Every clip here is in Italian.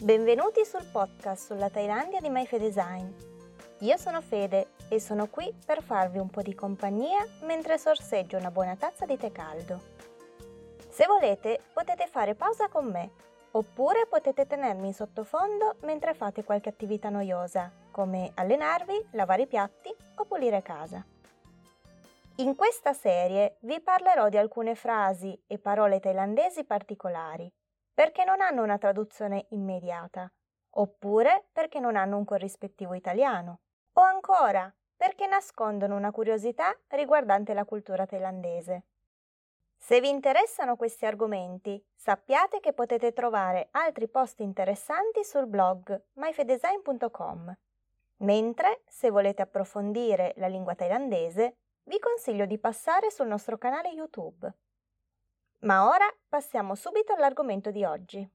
Benvenuti sul podcast sulla Thailandia di MyFedesign. Io sono Fede e sono qui per farvi un po' di compagnia mentre sorseggio una buona tazza di tè caldo. Se volete potete fare pausa con me, oppure potete tenermi in sottofondo mentre fate qualche attività noiosa, come allenarvi, lavare i piatti o pulire casa. In questa serie vi parlerò di alcune frasi e parole thailandesi particolari, perché non hanno una traduzione immediata, oppure perché non hanno un corrispettivo italiano, o ancora perché nascondono una curiosità riguardante la cultura thailandese. Se vi interessano questi argomenti, sappiate che potete trovare altri post interessanti sul blog myfedesign.com, mentre se volete approfondire la lingua thailandese, vi consiglio di passare sul nostro canale YouTube. Ma ora passiamo subito all'argomento di oggi.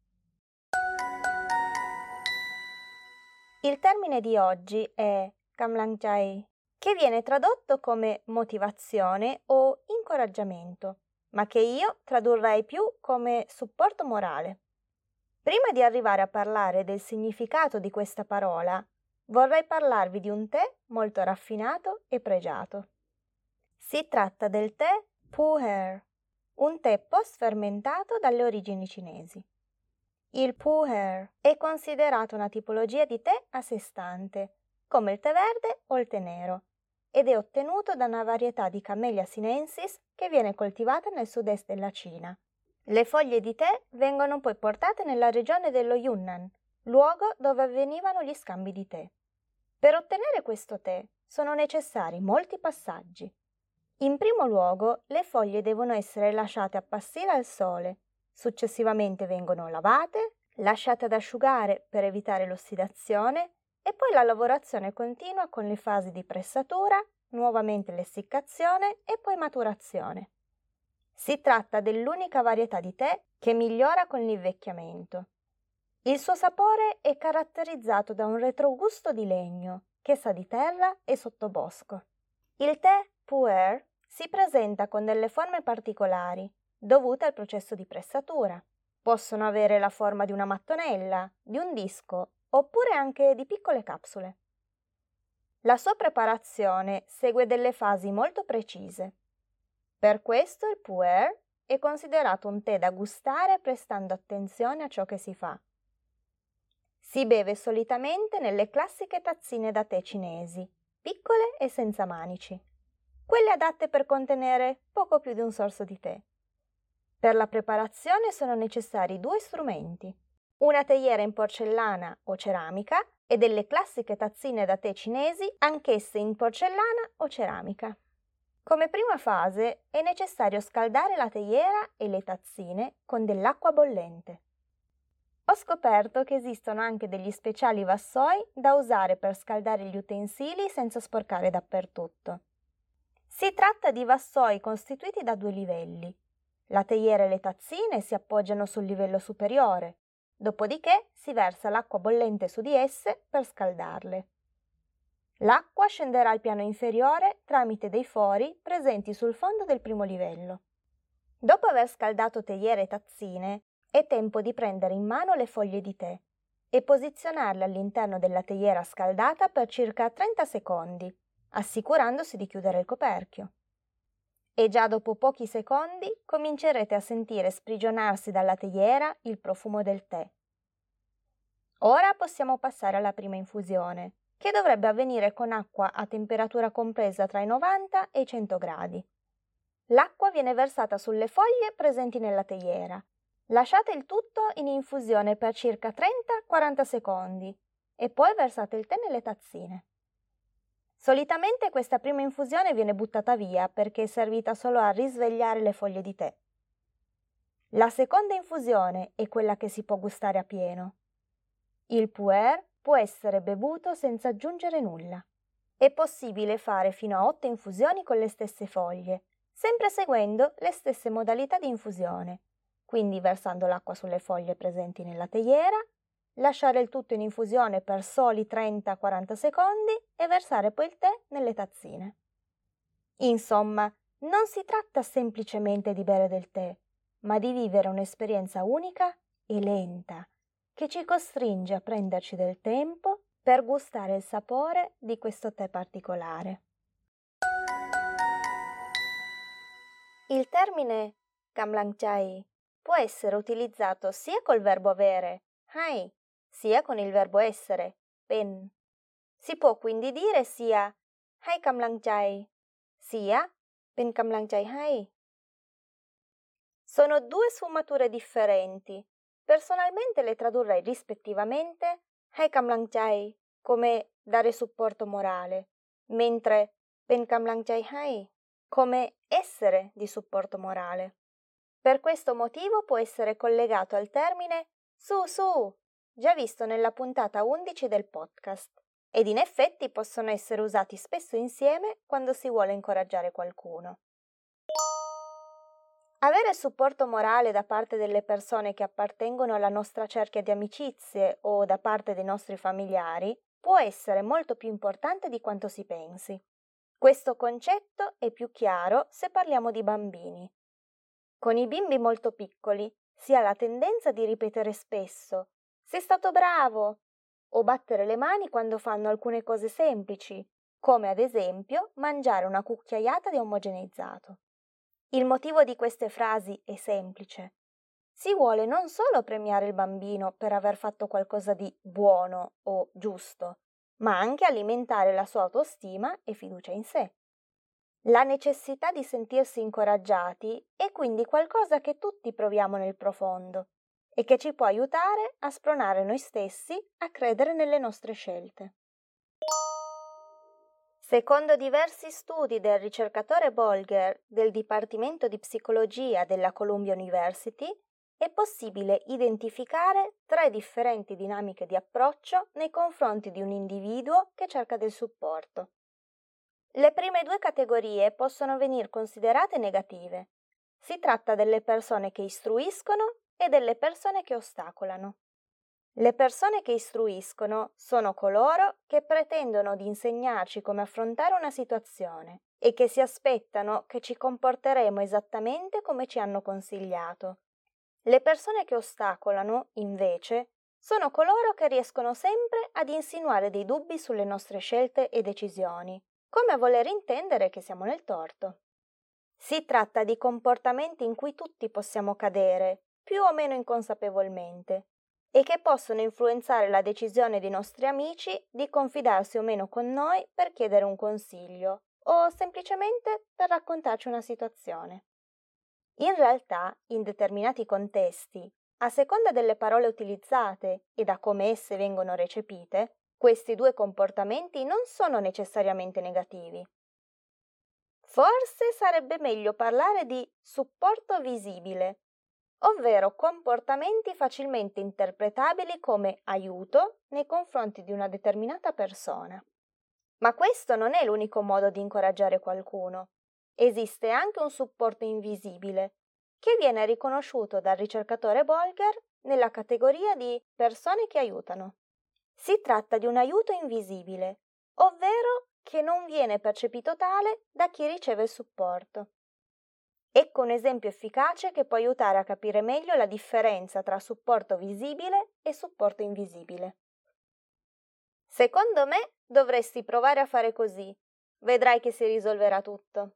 Il termine di oggi è Kamlang Jai, che viene tradotto come motivazione o incoraggiamento, ma che io tradurrei più come supporto morale. Prima di arrivare a parlare del significato di questa parola, vorrei parlarvi di un tè molto raffinato e pregiato. Si tratta del tè Pu'er, un tè post-fermentato dalle origini cinesi. Il Pu'er è considerato una tipologia di tè a sé stante, come il tè verde o il tè nero, ed è ottenuto da una varietà di Camellia sinensis che viene coltivata nel sud-est della Cina. Le foglie di tè vengono poi portate nella regione dello Yunnan, luogo dove avvenivano gli scambi di tè. Per ottenere questo tè sono necessari molti passaggi. In primo luogo, le foglie devono essere lasciate appassire al sole, successivamente vengono lavate, lasciate ad asciugare per evitare l'ossidazione e poi la lavorazione continua con le fasi di pressatura, nuovamente l'essiccazione e poi maturazione. Si tratta dell'unica varietà di tè che migliora con l'invecchiamento. Il suo sapore è caratterizzato da un retrogusto di legno, che sa di terra e sottobosco. Il tè Pu'er si presenta con delle forme particolari, dovute al processo di pressatura. Possono avere la forma di una mattonella, di un disco, oppure anche di piccole capsule. La sua preparazione segue delle fasi molto precise. Per questo il Pu'er è considerato un tè da gustare prestando attenzione a ciò che si fa. Si beve solitamente nelle classiche tazzine da tè cinesi, piccole e senza manici, quelle adatte per contenere poco più di un sorso di tè. Per la preparazione sono necessari 2 strumenti, una teiera in porcellana o ceramica e delle classiche tazzine da tè cinesi, anch'esse in porcellana o ceramica. Come prima fase è necessario scaldare la teiera e le tazzine con dell'acqua bollente. Ho scoperto che esistono anche degli speciali vassoi da usare per scaldare gli utensili senza sporcare dappertutto. Si tratta di vassoi costituiti da 2 livelli. La teiera e le tazzine si appoggiano sul livello superiore, dopodiché si versa l'acqua bollente su di esse per scaldarle. L'acqua scenderà al piano inferiore tramite dei fori presenti sul fondo del primo livello. Dopo aver scaldato teiera e tazzine, è tempo di prendere in mano le foglie di tè e posizionarle all'interno della teiera scaldata per circa 30 secondi, assicurandosi di chiudere il coperchio. E già dopo pochi secondi comincerete a sentire sprigionarsi dalla teiera il profumo del tè. Ora possiamo passare alla prima infusione, che dovrebbe avvenire con acqua a temperatura compresa tra i 90 e i 100 gradi. L'acqua viene versata sulle foglie presenti nella teiera. Lasciate il tutto in infusione per circa 30-40 secondi e poi versate il tè nelle tazzine. Solitamente questa prima infusione viene buttata via perché è servita solo a risvegliare le foglie di tè. La seconda infusione è quella che si può gustare a pieno. Il Pu'er può essere bevuto senza aggiungere nulla. È possibile fare fino a 8 infusioni con le stesse foglie, sempre seguendo le stesse modalità di infusione, quindi versando l'acqua sulle foglie presenti nella teiera, lasciare il tutto in infusione per soli 30-40 secondi e versare poi il tè nelle tazzine. Insomma, non si tratta semplicemente di bere del tè, ma di vivere un'esperienza unica e lenta, che ci costringe a prenderci del tempo per gustare il sapore di questo tè particolare. Il termine Gamlang-chai può essere utilizzato sia col verbo avere, hai, sia con il verbo essere, pen. Si può quindi dire sia hai Gamlang-chai, sia pen Gamlang-chai hai. Sono due sfumature differenti. Personalmente le tradurrei rispettivamente hai Gamlang-chai come dare supporto morale, mentre pen Gamlang-chai hai come essere di supporto morale. Per questo motivo può essere collegato al termine su, già visto nella puntata 11 del podcast, ed in effetti possono essere usati spesso insieme quando si vuole incoraggiare qualcuno. Avere supporto morale da parte delle persone che appartengono alla nostra cerchia di amicizie o da parte dei nostri familiari può essere molto più importante di quanto si pensi. Questo concetto è più chiaro se parliamo di bambini. Con i bimbi molto piccoli si ha la tendenza di ripetere spesso «sei stato bravo» o battere le mani quando fanno alcune cose semplici, come ad esempio mangiare una cucchiaiata di omogeneizzato. Il motivo di queste frasi è semplice. Si vuole non solo premiare il bambino per aver fatto qualcosa di buono o giusto, ma anche alimentare la sua autostima e fiducia in sé. La necessità di sentirsi incoraggiati è quindi qualcosa che tutti proviamo nel profondo e che ci può aiutare a spronare noi stessi a credere nelle nostre scelte. Secondo diversi studi del ricercatore Bolger del Dipartimento di Psicologia della Columbia University, è possibile identificare 3 differenti dinamiche di approccio nei confronti di un individuo che cerca del supporto. Le prime 2 categorie possono venir considerate negative. Si tratta delle persone che istruiscono e delle persone che ostacolano. Le persone che istruiscono sono coloro che pretendono di insegnarci come affrontare una situazione e che si aspettano che ci comporteremo esattamente come ci hanno consigliato. Le persone che ostacolano, invece, sono coloro che riescono sempre ad insinuare dei dubbi sulle nostre scelte e decisioni, come a voler intendere che siamo nel torto. Si tratta di comportamenti in cui tutti possiamo cadere, più o meno inconsapevolmente, e che possono influenzare la decisione dei nostri amici di confidarsi o meno con noi per chiedere un consiglio o semplicemente per raccontarci una situazione. In realtà, in determinati contesti, a seconda delle parole utilizzate e da come esse vengono recepite, questi 2 comportamenti non sono necessariamente negativi. Forse sarebbe meglio parlare di supporto visibile, ovvero comportamenti facilmente interpretabili come aiuto nei confronti di una determinata persona. Ma questo non è l'unico modo di incoraggiare qualcuno. Esiste anche un supporto invisibile, che viene riconosciuto dal ricercatore Bolger nella categoria di persone che aiutano. Si tratta di un aiuto invisibile, ovvero che non viene percepito tale da chi riceve il supporto. Ecco un esempio efficace che può aiutare a capire meglio la differenza tra supporto visibile e supporto invisibile. Secondo me dovresti provare a fare così. Vedrai che si risolverà tutto.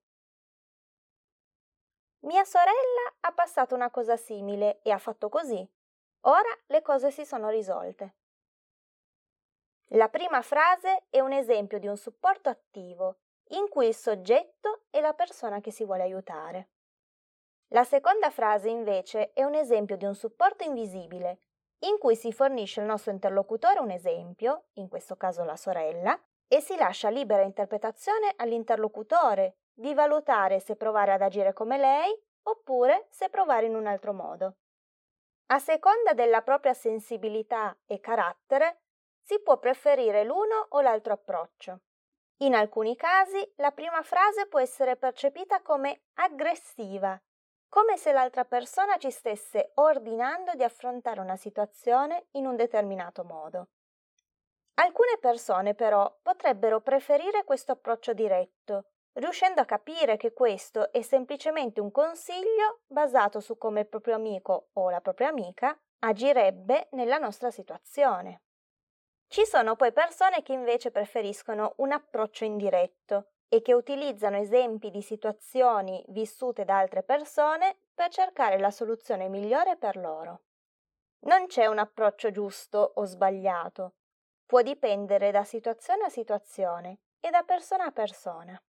Mia sorella ha passato una cosa simile e ha fatto così. Ora le cose si sono risolte. La prima frase è un esempio di un supporto attivo, in cui il soggetto è la persona che si vuole aiutare. La seconda frase invece è un esempio di un supporto invisibile, in cui si fornisce al nostro interlocutore un esempio, in questo caso la sorella, e si lascia libera interpretazione all'interlocutore di valutare se provare ad agire come lei oppure se provare in un altro modo. A seconda della propria sensibilità e carattere, si può preferire l'uno o l'altro approccio. In alcuni casi la prima frase può essere percepita come aggressiva, come se l'altra persona ci stesse ordinando di affrontare una situazione in un determinato modo. Alcune persone però potrebbero preferire questo approccio diretto, riuscendo a capire che questo è semplicemente un consiglio basato su come il proprio amico o la propria amica agirebbe nella nostra situazione. Ci sono poi persone che invece preferiscono un approccio indiretto e che utilizzano esempi di situazioni vissute da altre persone per cercare la soluzione migliore per loro. Non c'è un approccio giusto o sbagliato, può dipendere da situazione a situazione e da persona a persona.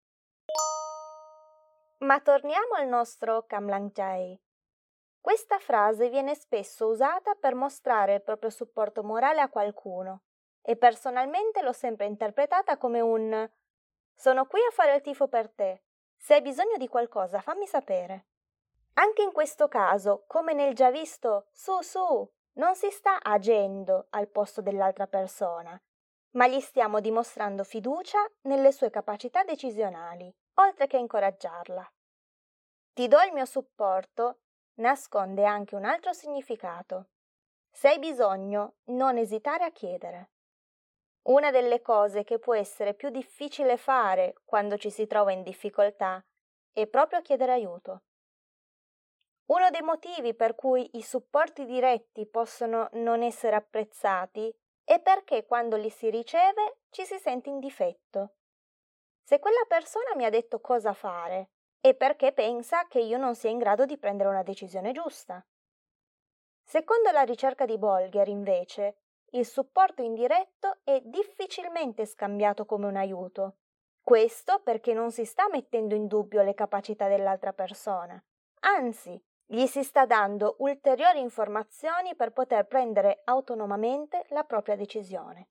Ma torniamo al nostro Kamlangjai. Questa frase viene spesso usata per mostrare il proprio supporto morale a qualcuno e personalmente l'ho sempre interpretata come un «sono qui a fare il tifo per te, se hai bisogno di qualcosa fammi sapere». Anche in questo caso, come nel già visto «su su», non si sta agendo al posto dell'altra persona, ma gli stiamo dimostrando fiducia nelle sue capacità decisionali, oltre che incoraggiarla. Ti do il mio supporto nasconde anche un altro significato. Se hai bisogno, non esitare a chiedere. Una delle cose che può essere più difficile fare quando ci si trova in difficoltà è proprio chiedere aiuto. Uno dei motivi per cui i supporti diretti possono non essere apprezzati è perché quando li si riceve ci si sente in difetto. Se quella persona mi ha detto cosa fare, è perché pensa che io non sia in grado di prendere una decisione giusta. Secondo la ricerca di Bolger, invece, il supporto indiretto è difficilmente scambiato come un aiuto. Questo perché non si sta mettendo in dubbio le capacità dell'altra persona, anzi, gli si sta dando ulteriori informazioni per poter prendere autonomamente la propria decisione.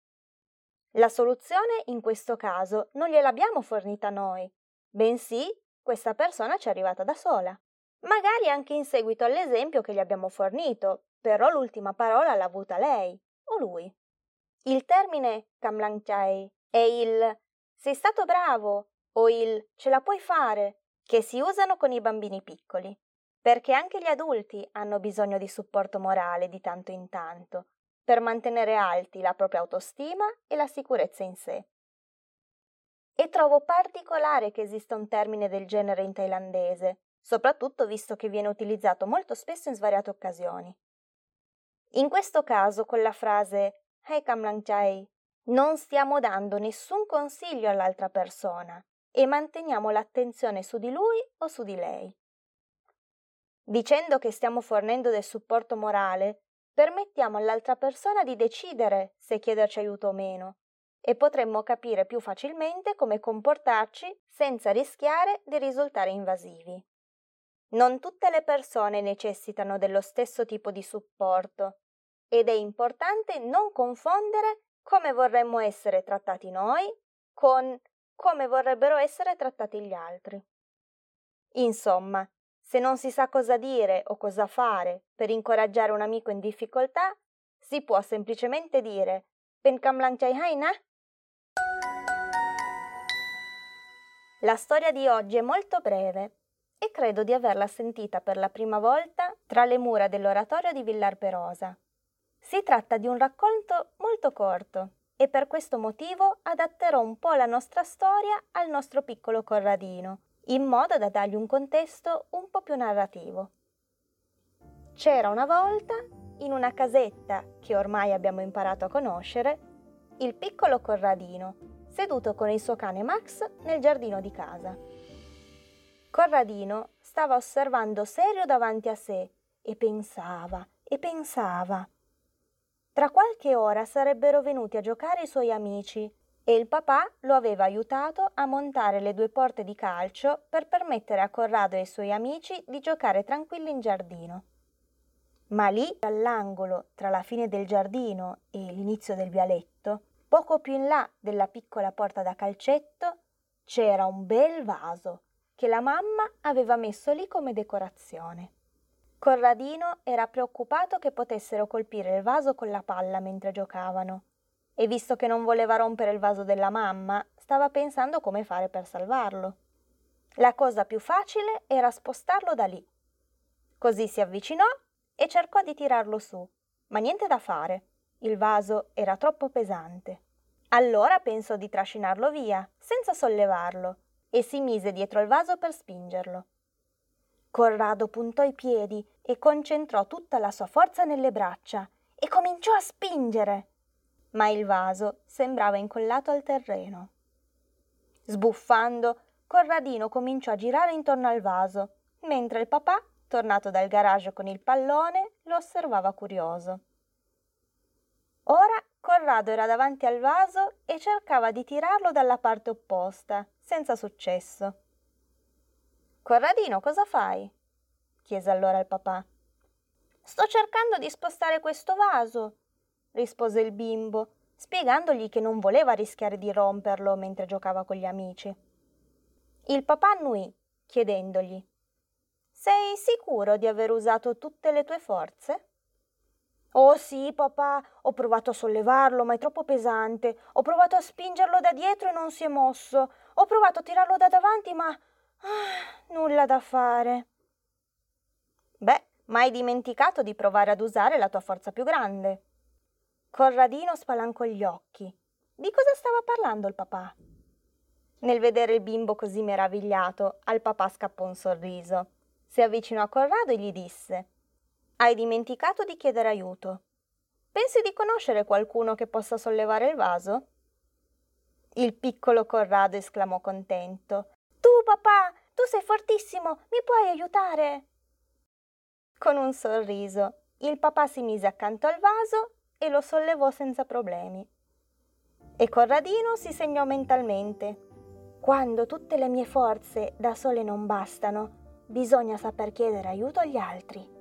La soluzione in questo caso non gliel'abbiamo fornita noi, bensì questa persona ci è arrivata da sola. Magari anche in seguito all'esempio che gli abbiamo fornito, però l'ultima parola l'ha avuta lei o lui. Il termine Kamlangjai è il sei stato bravo o il ce la puoi fare, che si usano con i bambini piccoli, perché anche gli adulti hanno bisogno di supporto morale di tanto in tanto, per mantenere alti la propria autostima e la sicurezza in sé. E trovo particolare che esista un termine del genere in thailandese, soprattutto visto che viene utilizzato molto spesso in svariate occasioni. In questo caso, con la frase Hey Kamlangjai, non stiamo dando nessun consiglio all'altra persona e manteniamo l'attenzione su di lui o su di lei. Dicendo che stiamo fornendo del supporto morale, permettiamo all'altra persona di decidere se chiederci aiuto o meno e potremmo capire più facilmente come comportarci senza rischiare di risultare invasivi. Non tutte le persone necessitano dello stesso tipo di supporto ed è importante non confondere come vorremmo essere trattati noi con come vorrebbero essere trattati gli altri. Insomma, se non si sa cosa dire o cosa fare per incoraggiare un amico in difficoltà, si può semplicemente dire "Pen Kamlangjai hai na?". La storia di oggi è molto breve e credo di averla sentita per la prima volta tra le mura dell'oratorio di Villar Perosa. Si tratta di un racconto molto corto e per questo motivo adatterò un po' la nostra storia al nostro piccolo Corradino, in modo da dargli un contesto un po' più narrativo. C'era una volta, in una casetta che ormai abbiamo imparato a conoscere, il piccolo Corradino, seduto con il suo cane Max nel giardino di casa. Corradino stava osservando serio davanti a sé e pensava e pensava. Tra qualche ora sarebbero venuti a giocare i suoi amici e il papà lo aveva aiutato a montare le 2 porte di calcio per permettere a Corrado e ai suoi amici di giocare tranquilli in giardino. Ma lì, all'angolo tra la fine del giardino e l'inizio del vialetto, poco più in là della piccola porta da calcetto, c'era un bel vaso che la mamma aveva messo lì come decorazione. Corradino era preoccupato che potessero colpire il vaso con la palla mentre giocavano e visto che non voleva rompere il vaso della mamma, stava pensando come fare per salvarlo. La cosa più facile era spostarlo da lì. Così si avvicinò e cercò di tirarlo su, ma niente da fare. Il vaso era troppo pesante. Allora pensò di trascinarlo via, senza sollevarlo, e si mise dietro il vaso per spingerlo. Corrado puntò i piedi e concentrò tutta la sua forza nelle braccia e cominciò a spingere, ma il vaso sembrava incollato al terreno. Sbuffando, Corradino cominciò a girare intorno al vaso, mentre il papà, tornato dal garage con il pallone, lo osservava curioso. Ora Corrado era davanti al vaso e cercava di tirarlo dalla parte opposta, senza successo. «Corradino, cosa fai?» chiese allora il papà. «Sto cercando di spostare questo vaso», rispose il bimbo, spiegandogli che non voleva rischiare di romperlo mentre giocava con gli amici. Il papà annuì, chiedendogli: «Sei sicuro di aver usato tutte le tue forze?» «Oh sì, papà, ho provato a sollevarlo, ma è troppo pesante. Ho provato a spingerlo da dietro e non si è mosso. Ho provato a tirarlo da davanti, ma nulla da fare». «Beh, ma hai dimenticato di provare ad usare la tua forza più grande». Corradino spalancò gli occhi. Di cosa stava parlando il papà? Nel vedere il bimbo così meravigliato, al papà scappò un sorriso. Si avvicinò a Corrado e gli disse: «Hai dimenticato di chiedere aiuto. Pensi di conoscere qualcuno che possa sollevare il vaso?» Il piccolo Corrado esclamò contento: «Tu, papà, tu sei fortissimo, mi puoi aiutare?» Con un sorriso, il papà si mise accanto al vaso e lo sollevò senza problemi. E Corradino si segnò mentalmente: «Quando tutte le mie forze da sole non bastano, bisogna saper chiedere aiuto agli altri».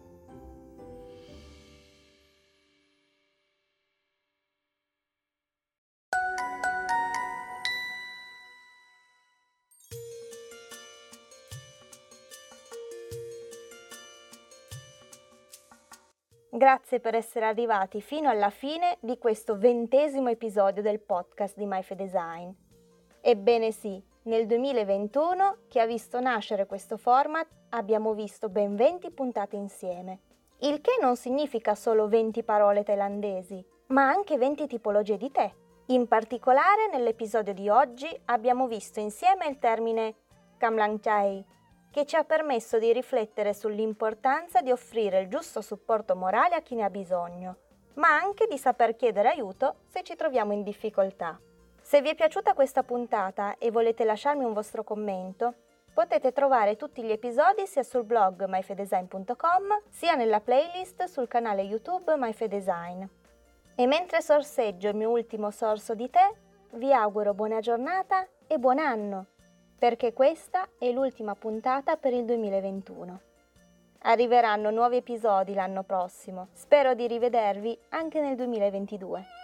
Grazie per essere arrivati fino alla fine di questo 20° episodio del podcast di MyFeDesign. Ebbene sì, nel 2021, che ha visto nascere questo format, abbiamo visto ben 20 puntate insieme. Il che non significa solo 20 parole thailandesi, ma anche 20 tipologie di tè. In particolare, nell'episodio di oggi abbiamo visto insieme il termine Kamlang Chai, che ci ha permesso di riflettere sull'importanza di offrire il giusto supporto morale a chi ne ha bisogno, ma anche di saper chiedere aiuto se ci troviamo in difficoltà. Se vi è piaciuta questa puntata e volete lasciarmi un vostro commento, potete trovare tutti gli episodi sia sul blog myfedesign.com sia nella playlist sul canale YouTube MyFeDesign. E mentre sorseggio il mio ultimo sorso di tè, vi auguro buona giornata e buon anno, perché questa è l'ultima puntata per il 2021. Arriveranno nuovi episodi l'anno prossimo. Spero di rivedervi anche nel 2022.